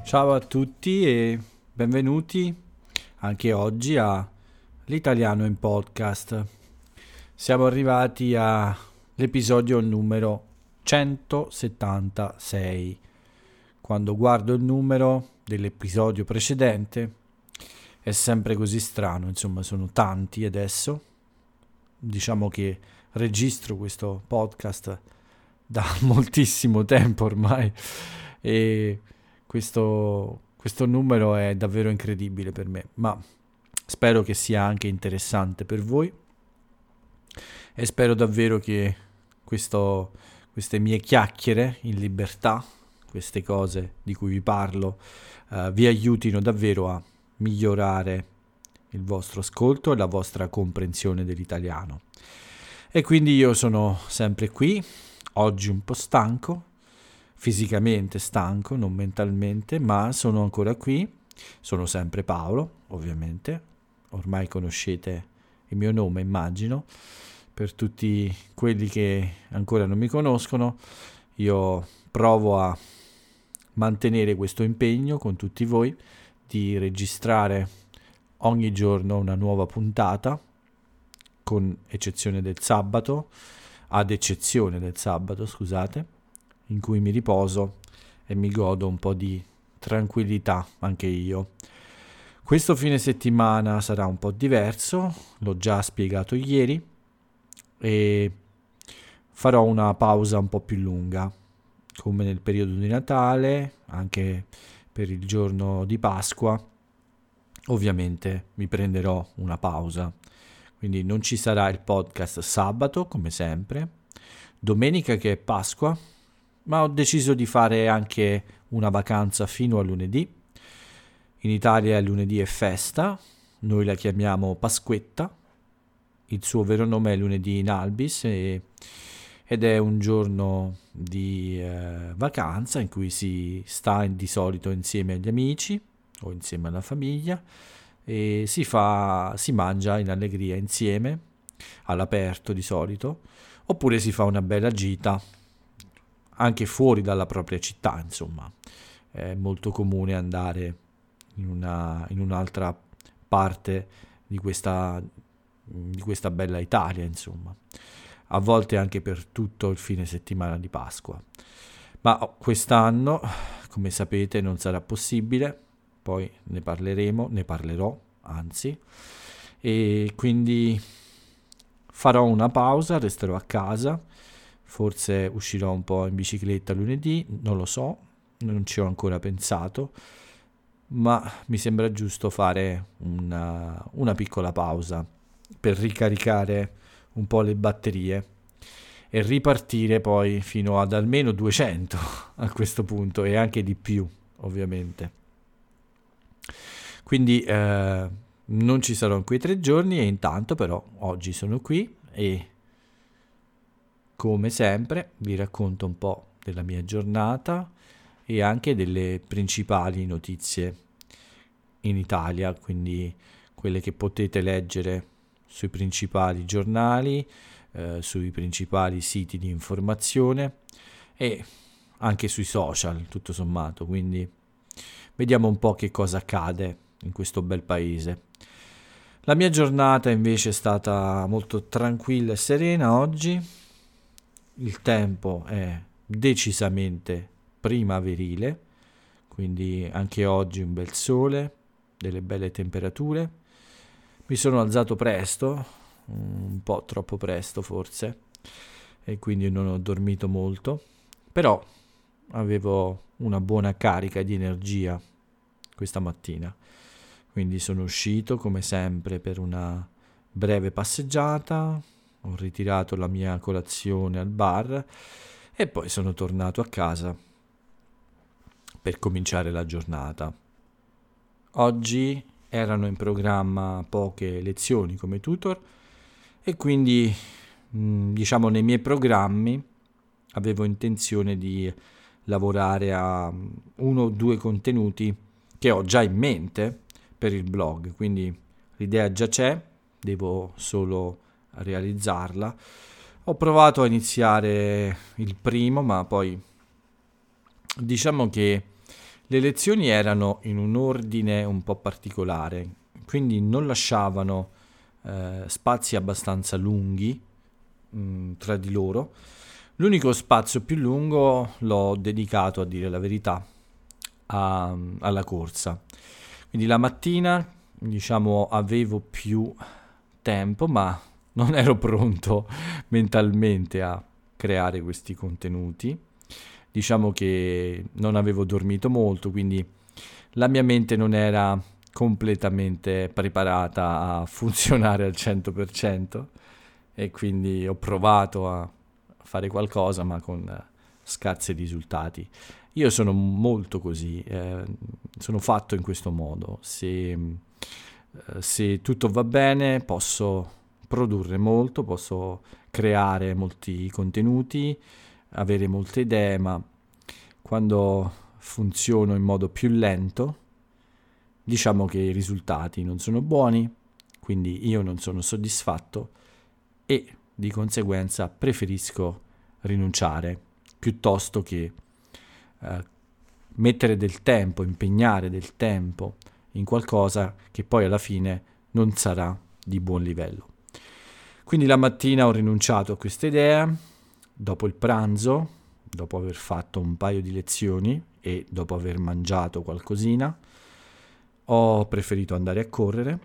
Ciao a tutti e benvenuti anche oggi a L'Italiano in Podcast. Siamo arrivati all'episodio numero 176. Quando guardo il numero dell'episodio precedente è sempre così strano, insomma sono tanti adesso. Diciamo che registro questo podcast da moltissimo tempo ormai e questo numero è davvero incredibile per me, ma spero che sia anche interessante per voi e spero davvero che queste mie chiacchiere in libertà, queste cose di cui vi parlo, vi aiutino davvero a migliorare il vostro ascolto e la vostra comprensione dell'italiano. E quindi io sono sempre qui, oggi un po' stanco, fisicamente stanco, non mentalmente, ma sono ancora qui. Sono sempre Paolo, ovviamente. Ormai conoscete il mio nome, immagino. Per tutti quelli che ancora non mi conoscono, io provo a mantenere questo impegno con tutti voi di registrare ogni giorno una nuova puntata, con eccezione del sabato, ad eccezione del sabato, scusate, in cui mi riposo e mi godo un po' di tranquillità anche io. Questo fine settimana sarà un po' diverso, l'ho già spiegato ieri, e farò una pausa un po' più lunga, come nel periodo di Natale, anche per il giorno di Pasqua. Ovviamente mi prenderò una pausa, quindi non ci sarà il podcast sabato come sempre, domenica che è Pasqua, ma ho deciso di fare anche una vacanza fino a lunedì. In Italia lunedì è festa, noi la chiamiamo Pasquetta, il suo vero nome è lunedì in albis ed è un giorno di vacanza in cui si sta di solito insieme agli amici o insieme alla famiglia e si mangia in allegria insieme, all'aperto di solito, oppure si fa una bella gita anche fuori dalla propria città, insomma. È molto comune andare in un'altra parte di questa bella Italia, insomma. A volte anche per tutto il fine settimana di Pasqua. Ma quest'anno, come sapete, non sarà possibile, poi ne parlerò, anzi, e quindi farò una pausa, resterò a casa. Forse uscirò un po' in bicicletta lunedì, non lo so, non ci ho ancora pensato, ma mi sembra giusto fare una piccola pausa per ricaricare un po' le batterie e ripartire poi fino ad almeno 200 a questo punto e anche di più, ovviamente. Quindi non ci sarò in quei 3 giorni e intanto però oggi sono qui e come sempre vi racconto un po' della mia giornata e anche delle principali notizie in Italia, quindi quelle che potete leggere sui principali giornali, sui principali siti di informazione e anche sui social, tutto sommato. Quindi vediamo un po' che cosa accade in questo bel paese. La mia giornata invece è stata molto tranquilla e serena oggi. Il tempo è decisamente primaverile, quindi anche oggi un bel sole, delle belle temperature. Mi sono alzato presto, un po' troppo presto forse, e quindi non ho dormito molto, però avevo una buona carica di energia questa mattina. Quindi sono uscito come sempre per una breve passeggiata, ho ritirato la mia colazione al bar e poi sono tornato a casa per cominciare la giornata. Oggi erano in programma poche lezioni come tutor e quindi diciamo nei miei programmi avevo intenzione di lavorare a 1 o 2 contenuti che ho già in mente per il blog, quindi l'idea già c'è, devo solo realizzarla. Ho provato a iniziare il primo, ma poi diciamo che Le lezioni erano in un ordine un po' particolare, quindi non lasciavano spazi abbastanza lunghi tra di loro. L'unico spazio più lungo l'ho dedicato, a dire la verità, alla corsa. Quindi la mattina, diciamo, avevo più tempo, ma non ero pronto mentalmente a creare questi contenuti. Diciamo che non avevo dormito molto, quindi la mia mente non era completamente preparata a funzionare al 100% e quindi ho provato a fare qualcosa, ma con scarsi risultati. Io sono molto così, sono fatto in questo modo. Se tutto va bene posso produrre molto, posso creare molti contenuti, avere molte idee, ma quando funziono in modo più lento, diciamo che i risultati non sono buoni, quindi io non sono soddisfatto e di conseguenza preferisco rinunciare piuttosto che mettere del tempo, impegnare del tempo in qualcosa che poi alla fine non sarà di buon livello. Quindi la mattina ho rinunciato a questa idea, dopo il pranzo, dopo aver fatto un paio di lezioni e dopo aver mangiato qualcosina, ho preferito andare a correre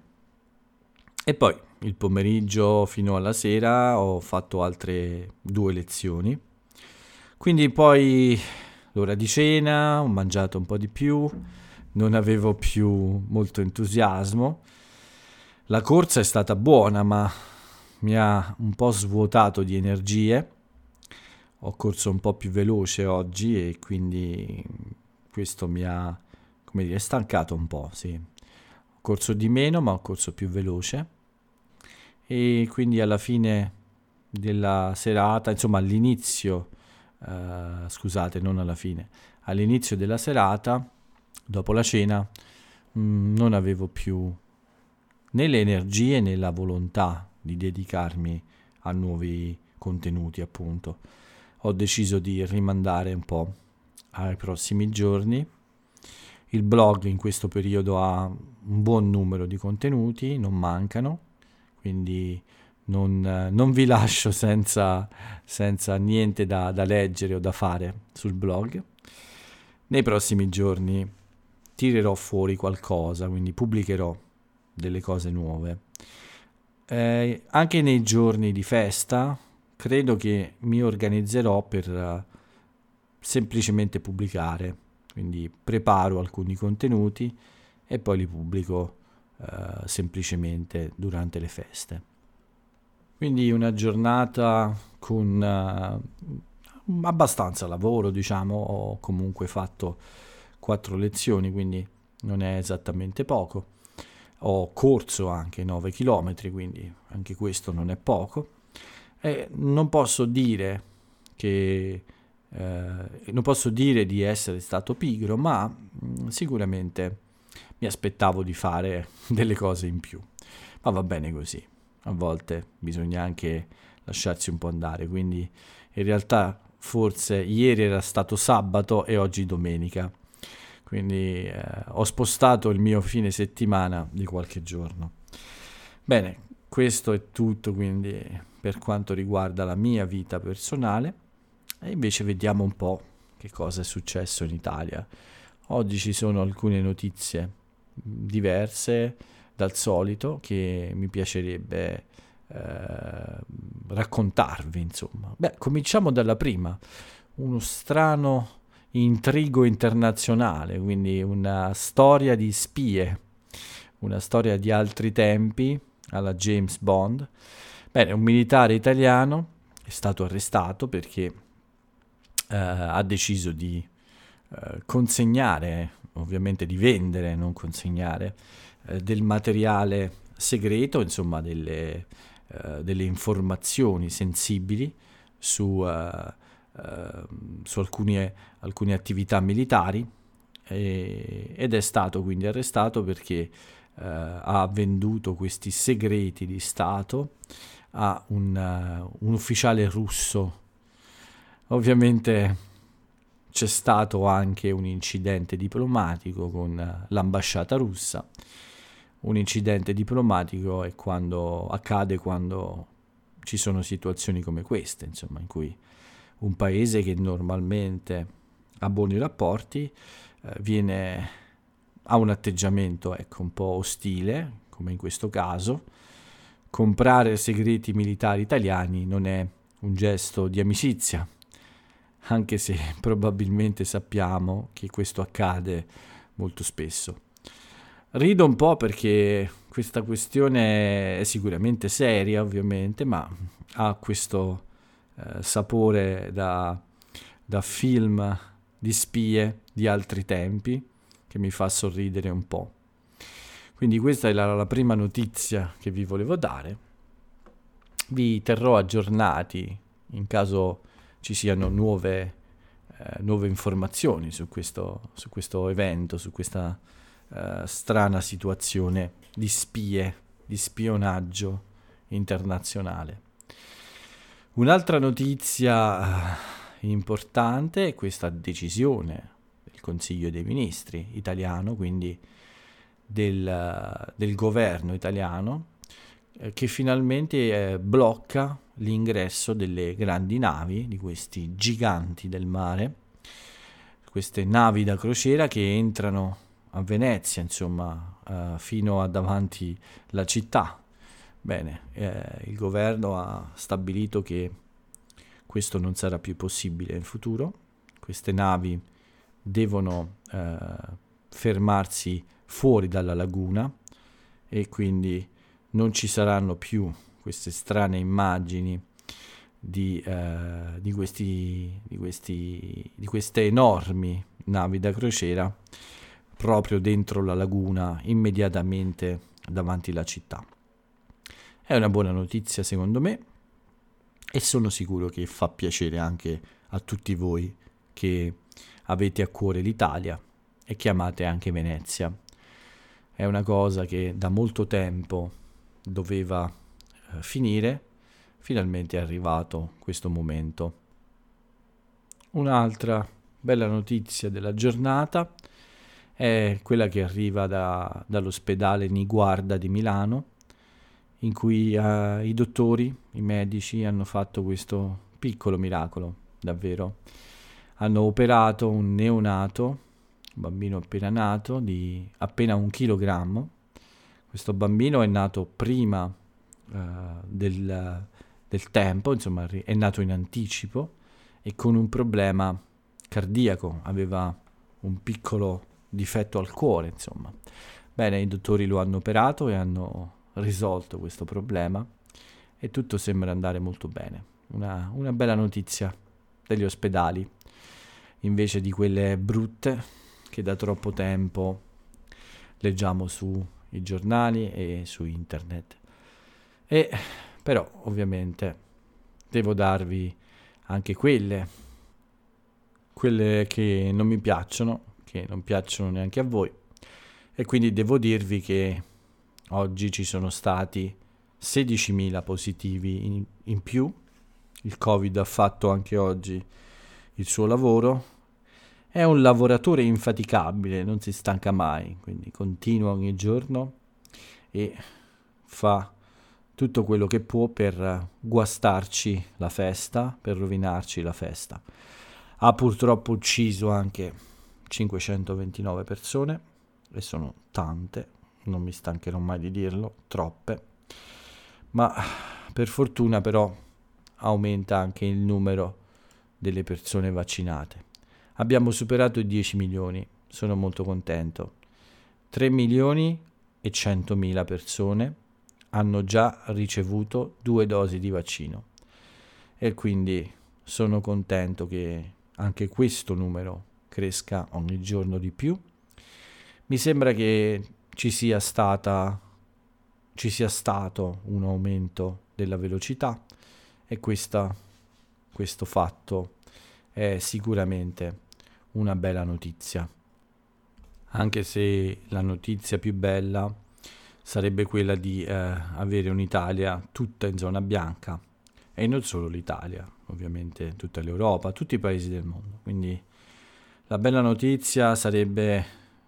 e poi il pomeriggio fino alla sera ho fatto altre 2 lezioni. Quindi poi l'ora di cena, ho mangiato un po' di più, non avevo più molto entusiasmo. La corsa è stata buona, ma mi ha un po' svuotato di energie. Ho corso un po' più veloce oggi e quindi questo mi ha, come dire, stancato un po', sì. Ho corso di meno, ma ho corso più veloce e quindi alla fine della serata, insomma all'inizio, scusate, non alla fine, all'inizio della serata, dopo la cena, non avevo più né le energie né la volontà di dedicarmi a nuovi contenuti, appunto. Ho deciso di rimandare un po' ai prossimi giorni. Il blog in questo periodo ha un buon numero di contenuti, non mancano, quindi non vi lascio senza niente da leggere o da fare sul blog. Nei prossimi giorni tirerò fuori qualcosa, quindi pubblicherò delle cose nuove. Anche nei giorni di festa credo che mi organizzerò per semplicemente pubblicare, quindi preparo alcuni contenuti e poi li pubblico semplicemente durante le feste. Quindi una giornata con abbastanza lavoro, diciamo. Ho comunque fatto 4 lezioni, quindi non è esattamente poco. Ho corso anche 9 km, quindi anche questo non è poco. E non posso dire di essere stato pigro, ma sicuramente mi aspettavo di fare delle cose in più. Ma va bene così. A volte bisogna anche lasciarsi un po' andare, quindi in realtà forse ieri era stato sabato e oggi domenica, quindi ho spostato il mio fine settimana di qualche giorno. Bene, questo è tutto quindi per quanto riguarda la mia vita personale e invece vediamo un po' che cosa è successo in Italia. Oggi ci sono alcune notizie diverse dal solito che mi piacerebbe raccontarvi, insomma. Beh, cominciamo dalla prima. Uno strano intrigo internazionale, quindi una storia di spie, una storia di altri tempi alla James Bond. Bene, un militare italiano è stato arrestato perché ha deciso di consegnare, ovviamente di vendere, non consegnare, del materiale segreto, insomma delle informazioni sensibili su alcune attività militari ed è stato quindi arrestato perché ha venduto questi segreti di Stato a un ufficiale russo. Ovviamente c'è stato anche un incidente diplomatico con l'ambasciata russa. Un incidente diplomatico è quando accade quando ci sono situazioni come queste, insomma, in cui un paese che normalmente ha buoni rapporti ha un atteggiamento, ecco, un po' ostile, come in questo caso. Comprare segreti militari italiani non è un gesto di amicizia, anche se probabilmente sappiamo che questo accade molto spesso. Rido un po' perché questa questione è sicuramente seria, ovviamente, ma ha questo sapore da film di spie di altri tempi che mi fa sorridere un po'. Quindi questa è la prima notizia che vi volevo dare. Vi terrò aggiornati in caso ci siano nuove informazioni su questo evento, su questa strana situazione di spie, di spionaggio internazionale. Un'altra notizia importante è questa decisione del Consiglio dei Ministri italiano, quindi del governo italiano, che finalmente blocca l'ingresso delle grandi navi, di questi giganti del mare, queste navi da crociera che entrano a Venezia, insomma, fino a davanti la città. Bene, il governo ha stabilito che questo non sarà più possibile in futuro. Queste navi devono fermarsi fuori dalla laguna e quindi non ci saranno più queste strane immagini di queste enormi navi da crociera proprio dentro la laguna, immediatamente davanti alla città. È una buona notizia secondo me e sono sicuro che fa piacere anche a tutti voi che avete a cuore l'Italia e che amate anche Venezia. È una cosa che da molto tempo doveva finire, finalmente è arrivato questo momento. Un'altra bella notizia della giornata è quella che arriva dall'ospedale Niguarda di Milano, in cui i dottori, i medici hanno fatto questo piccolo miracolo, davvero. Hanno operato un neonato, un bambino appena nato, di appena 1 chilogrammo. Questo bambino è nato prima del tempo, insomma è nato in anticipo e con un problema cardiaco, aveva un piccolo difetto al cuore, insomma. Bene, i dottori lo hanno operato e hanno risolto questo problema e tutto sembra andare molto bene. Una bella notizia degli ospedali, invece di quelle brutte che da troppo tempo leggiamo sui giornali e su internet. E però ovviamente devo darvi anche quelle che non mi piacciono, che non piacciono neanche a voi, e quindi devo dirvi che oggi ci sono stati 16.000 positivi in più. Il Covid ha fatto anche oggi il suo lavoro. È un lavoratore infaticabile, non si stanca mai, quindi continua ogni giorno e fa tutto quello che può per guastarci la festa, per rovinarci la festa. Ha purtroppo ucciso anche 529 persone, e sono tante, non mi stancherò mai di dirlo, troppe, ma per fortuna però aumenta anche il numero delle persone vaccinate. Abbiamo superato i 10 milioni, sono molto contento. 3 milioni e 100.000 persone hanno già ricevuto 2 dosi di vaccino e quindi sono contento che anche questo numero cresca ogni giorno di più. Mi sembra che ci sia stato un aumento della velocità e questo fatto è sicuramente una bella notizia, anche se la notizia più bella sarebbe quella di avere un'Italia tutta in zona bianca, e non solo l'Italia, ovviamente tutta l'Europa, tutti i paesi del mondo. Quindi La bella notizia sarebbe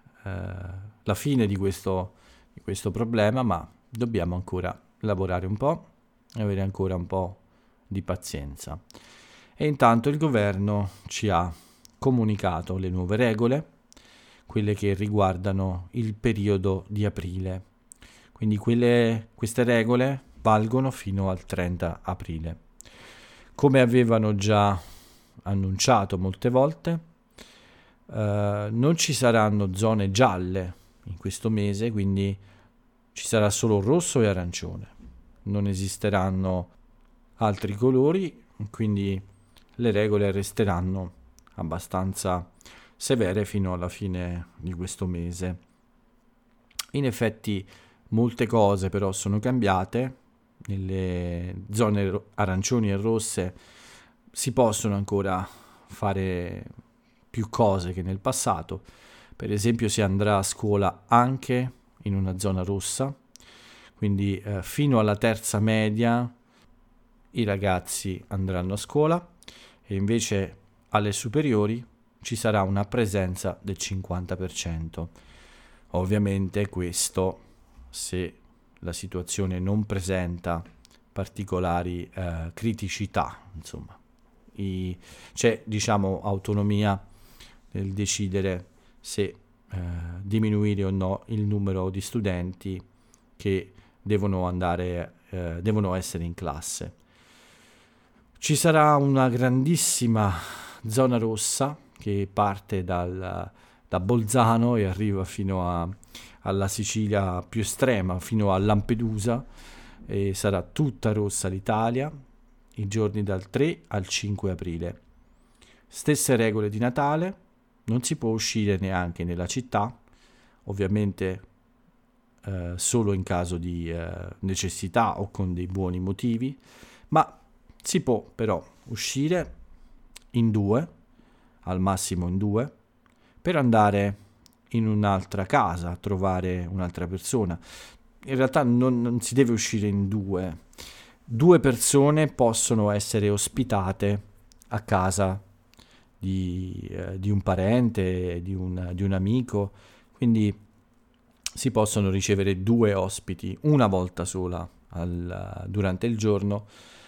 la fine di questo problema, ma dobbiamo ancora lavorare un po' e avere ancora un po' di pazienza. E intanto il governo ci ha comunicato le nuove regole, quelle che riguardano il periodo di aprile. Quindi queste regole valgono fino al 30 aprile. Come avevano già annunciato molte volte, non ci saranno zone gialle in questo mese, quindi ci sarà solo rosso e arancione. Non esisteranno altri colori, quindi le regole resteranno abbastanza severe fino alla fine di questo mese. In effetti molte cose però sono cambiate. Nelle zone arancioni e rosse si possono ancora fare più cose che nel passato. Per esempio si andrà a scuola anche in una zona rossa, quindi fino alla terza media i ragazzi andranno a scuola e invece alle superiori ci sarà una presenza del 50%. Ovviamente questo se la situazione non presenta particolari criticità, insomma. C'è, diciamo, autonomia nel decidere se diminuire o no il numero di studenti che devono essere in classe. Ci sarà una grandissima zona rossa che parte da Bolzano e arriva fino alla Sicilia più estrema, fino a Lampedusa, e sarà tutta rossa l'Italia, i giorni dal 3 al 5 aprile. Stesse regole di Natale, non si può uscire neanche nella città, ovviamente solo in caso di necessità o con dei buoni motivi, ma si può però uscire in due, al massimo in due, per andare in un'altra casa a trovare un'altra persona. In realtà non si deve uscire in due. Due persone possono essere ospitate a casa di un parente, di un amico, quindi si possono ricevere due ospiti una volta sola durante il giorno,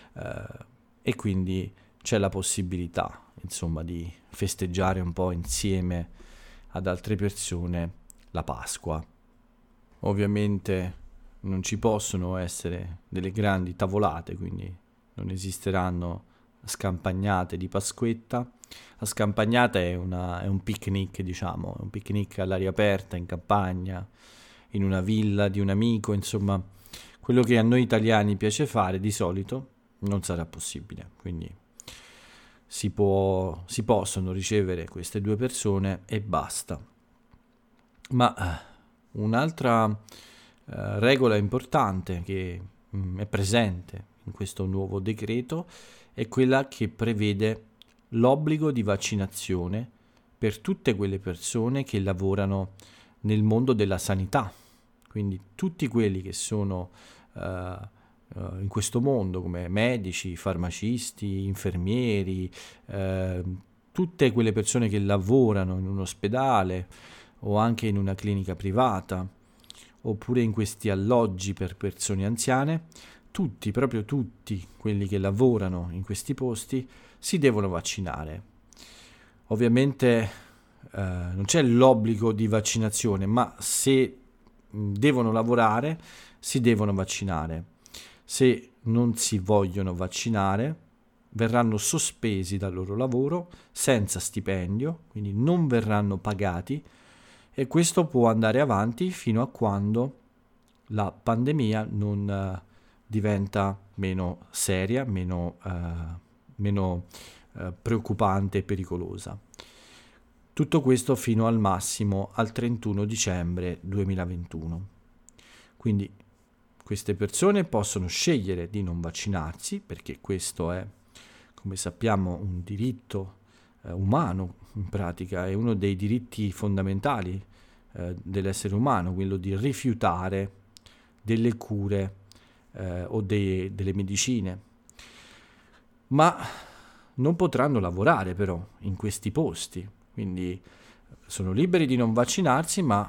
e quindi c'è la possibilità, insomma, di festeggiare un po' insieme ad altre persone la Pasqua. Ovviamente non ci possono essere delle grandi tavolate, quindi non esisteranno scampagnate di Pasquetta. La scampagnata è un picnic, diciamo, un picnic all'aria aperta, in campagna, in una villa di un amico, insomma, quello che a noi italiani piace fare di solito non sarà possibile, quindi si possono ricevere queste due persone e basta. Ma un'altra regola importante che è presente in questo nuovo decreto è quella che prevede l'obbligo di vaccinazione per tutte quelle persone che lavorano nel mondo della sanità, quindi tutti quelli che sono in questo mondo come medici, farmacisti, infermieri, tutte quelle persone che lavorano in un ospedale o anche in una clinica privata oppure in questi alloggi per persone anziane, tutti, proprio tutti quelli che lavorano in questi posti si devono vaccinare. Ovviamente non c'è l'obbligo di vaccinazione, ma se devono lavorare si devono vaccinare. Se non si vogliono vaccinare verranno sospesi dal loro lavoro senza stipendio, quindi non verranno pagati, e questo può andare avanti fino a quando la pandemia non diventa meno seria, meno preoccupante e pericolosa. Tutto questo fino al massimo al 31 dicembre 2021. Quindi queste persone possono scegliere di non vaccinarsi, perché questo è, come sappiamo, un diritto umano, in pratica, è uno dei diritti fondamentali dell'essere umano, quello di rifiutare delle cure o delle medicine. Ma non potranno lavorare però in questi posti, quindi sono liberi di non vaccinarsi, ma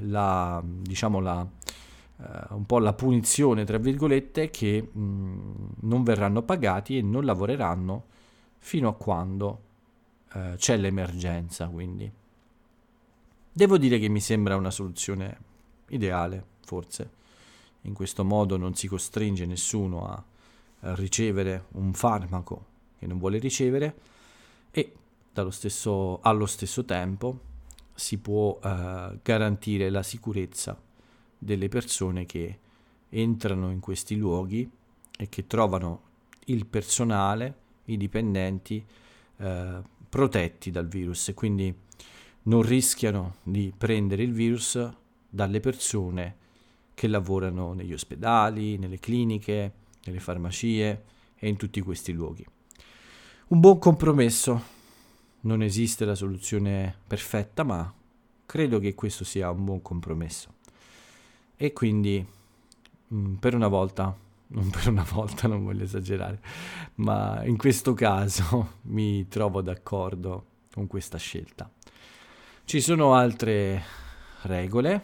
un po' la punizione, tra virgolette, è che non verranno pagati e non lavoreranno fino a quando c'è l'emergenza. Quindi devo dire che mi sembra una soluzione ideale, forse. In questo modo non si costringe nessuno a ricevere un farmaco che non vuole ricevere e allo stesso tempo si può garantire la sicurezza delle persone che entrano in questi luoghi e che trovano il personale, i dipendenti protetti dal virus e quindi non rischiano di prendere il virus dalle persone che lavorano negli ospedali, nelle cliniche, nelle farmacie e in tutti questi luoghi. Un buon compromesso. Non esiste la soluzione perfetta, ma credo che questo sia un buon compromesso. E quindi, per una volta, non voglio esagerare, ma in questo caso mi trovo d'accordo con questa scelta. Ci sono altre regole,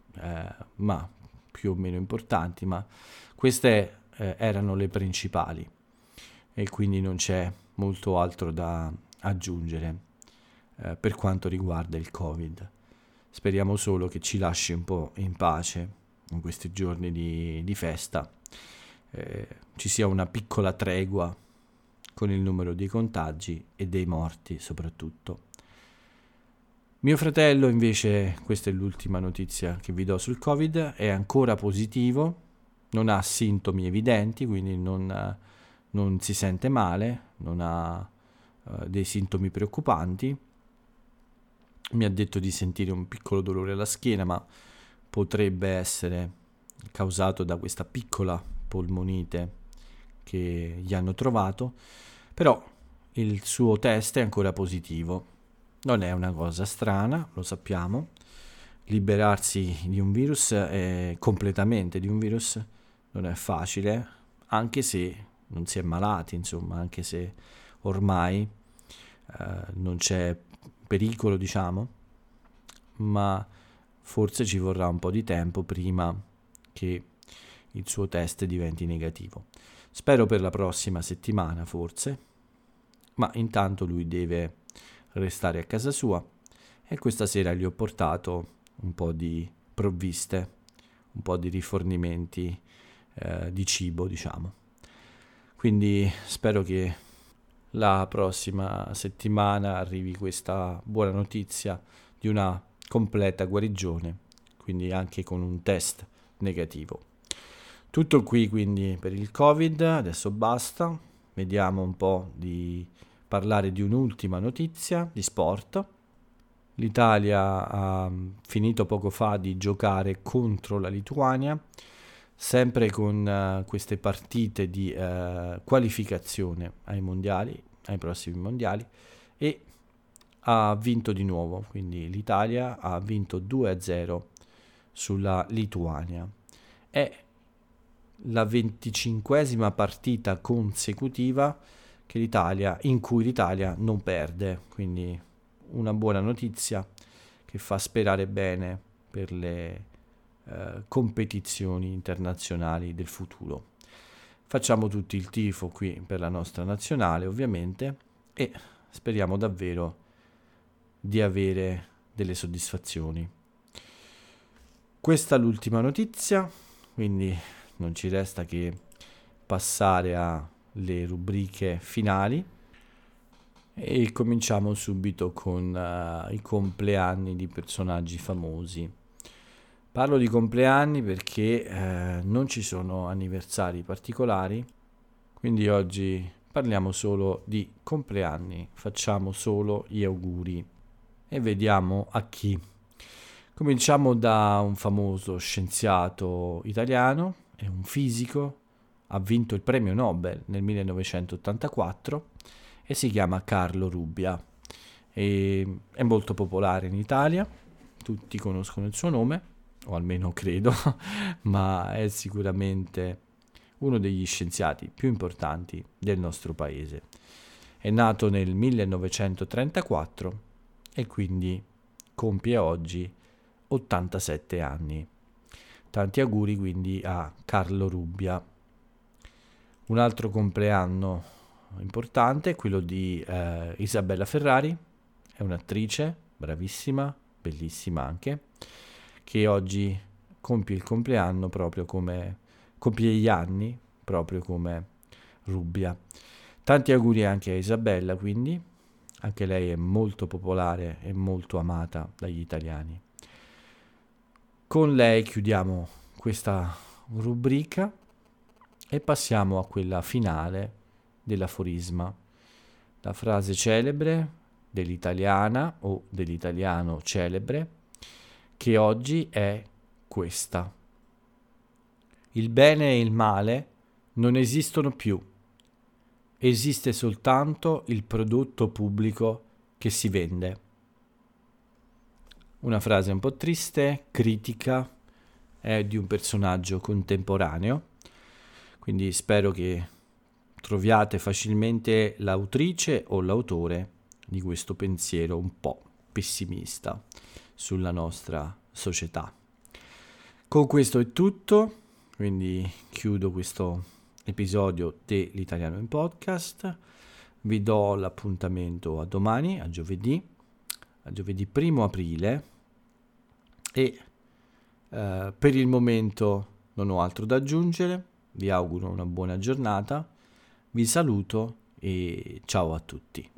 ma più o meno importanti, ma queste erano le principali e quindi non c'è molto altro da aggiungere per quanto riguarda il Covid. Speriamo solo che ci lasci un po' in pace in questi giorni di festa, ci sia una piccola tregua con il numero dei contagi e dei morti soprattutto. Mio fratello invece, questa è l'ultima notizia che vi do sul Covid, è ancora positivo, non ha sintomi evidenti, quindi non si sente male, non ha dei sintomi preoccupanti. Mi ha detto di sentire un piccolo dolore alla schiena, ma potrebbe essere causato da questa piccola polmonite che gli hanno trovato, però il suo test è ancora positivo. Non è una cosa strana, lo sappiamo. Liberarsi di un virus, completamente di un virus, non è facile, anche se non si è malati, insomma, anche se ormai non c'è pericolo, diciamo, ma forse ci vorrà un po' di tempo prima che il suo test diventi negativo. Spero per la prossima settimana, forse, ma intanto lui deve restare a casa sua e questa sera gli ho portato un po' di provviste, un po' di rifornimenti di cibo, diciamo. Quindi spero che la prossima settimana arrivi questa buona notizia di una completa guarigione, quindi anche con un test negativo. Tutto qui quindi per il Covid, adesso basta, vediamo un po' di parlare di un'ultima notizia di sport. L'Italia ha finito poco fa di giocare contro la Lituania, sempre con queste partite di qualificazione ai mondiali, ai prossimi mondiali, e ha vinto di nuovo, quindi l'Italia ha vinto 2-0 sulla Lituania. È la 25esima partita consecutiva in cui l'Italia non perde, quindi una buona notizia che fa sperare bene per le competizioni internazionali del futuro. Facciamo tutti il tifo qui per la nostra nazionale, ovviamente, e speriamo davvero di avere delle soddisfazioni. Questa è l'ultima notizia, quindi non ci resta che passare alle rubriche finali e cominciamo subito con i compleanni di personaggi famosi. Parlo di compleanni perché non ci sono anniversari particolari, quindi oggi parliamo solo di compleanni, facciamo solo gli auguri e vediamo a chi. Cominciamo da un famoso scienziato italiano, è un fisico, ha vinto il premio Nobel nel 1984 e si chiama Carlo Rubbia. E è molto popolare in Italia, tutti conoscono il suo nome, o almeno credo, ma è sicuramente uno degli scienziati più importanti del nostro paese. È nato nel 1934 e quindi compie oggi 87 anni. Tanti auguri quindi a Carlo Rubbia. Un altro compleanno importante è quello di Isabella Ferrari, è un'attrice bravissima, bellissima anche, che oggi compie il compleanno proprio come compie gli anni proprio come Rubbia. Tanti auguri anche a Isabella, quindi anche lei è molto popolare e molto amata dagli italiani. Con lei chiudiamo questa rubrica e passiamo a quella finale dell'aforisma, la frase celebre dell'italiana o dell'italiano celebre, che oggi è questa: il bene e il male non esistono più, esiste soltanto il prodotto pubblico che si vende. Una frase un po' triste, critica, è di un personaggio contemporaneo, quindi spero che troviate facilmente l'autrice o l'autore di questo pensiero un po' pessimista sulla nostra società. Con questo è tutto, quindi chiudo questo episodio dell'Italiano in Podcast. Vi do l'appuntamento a domani, a giovedì 1 aprile e per il momento non ho altro da aggiungere. Vi auguro una buona giornata, vi saluto e ciao a tutti.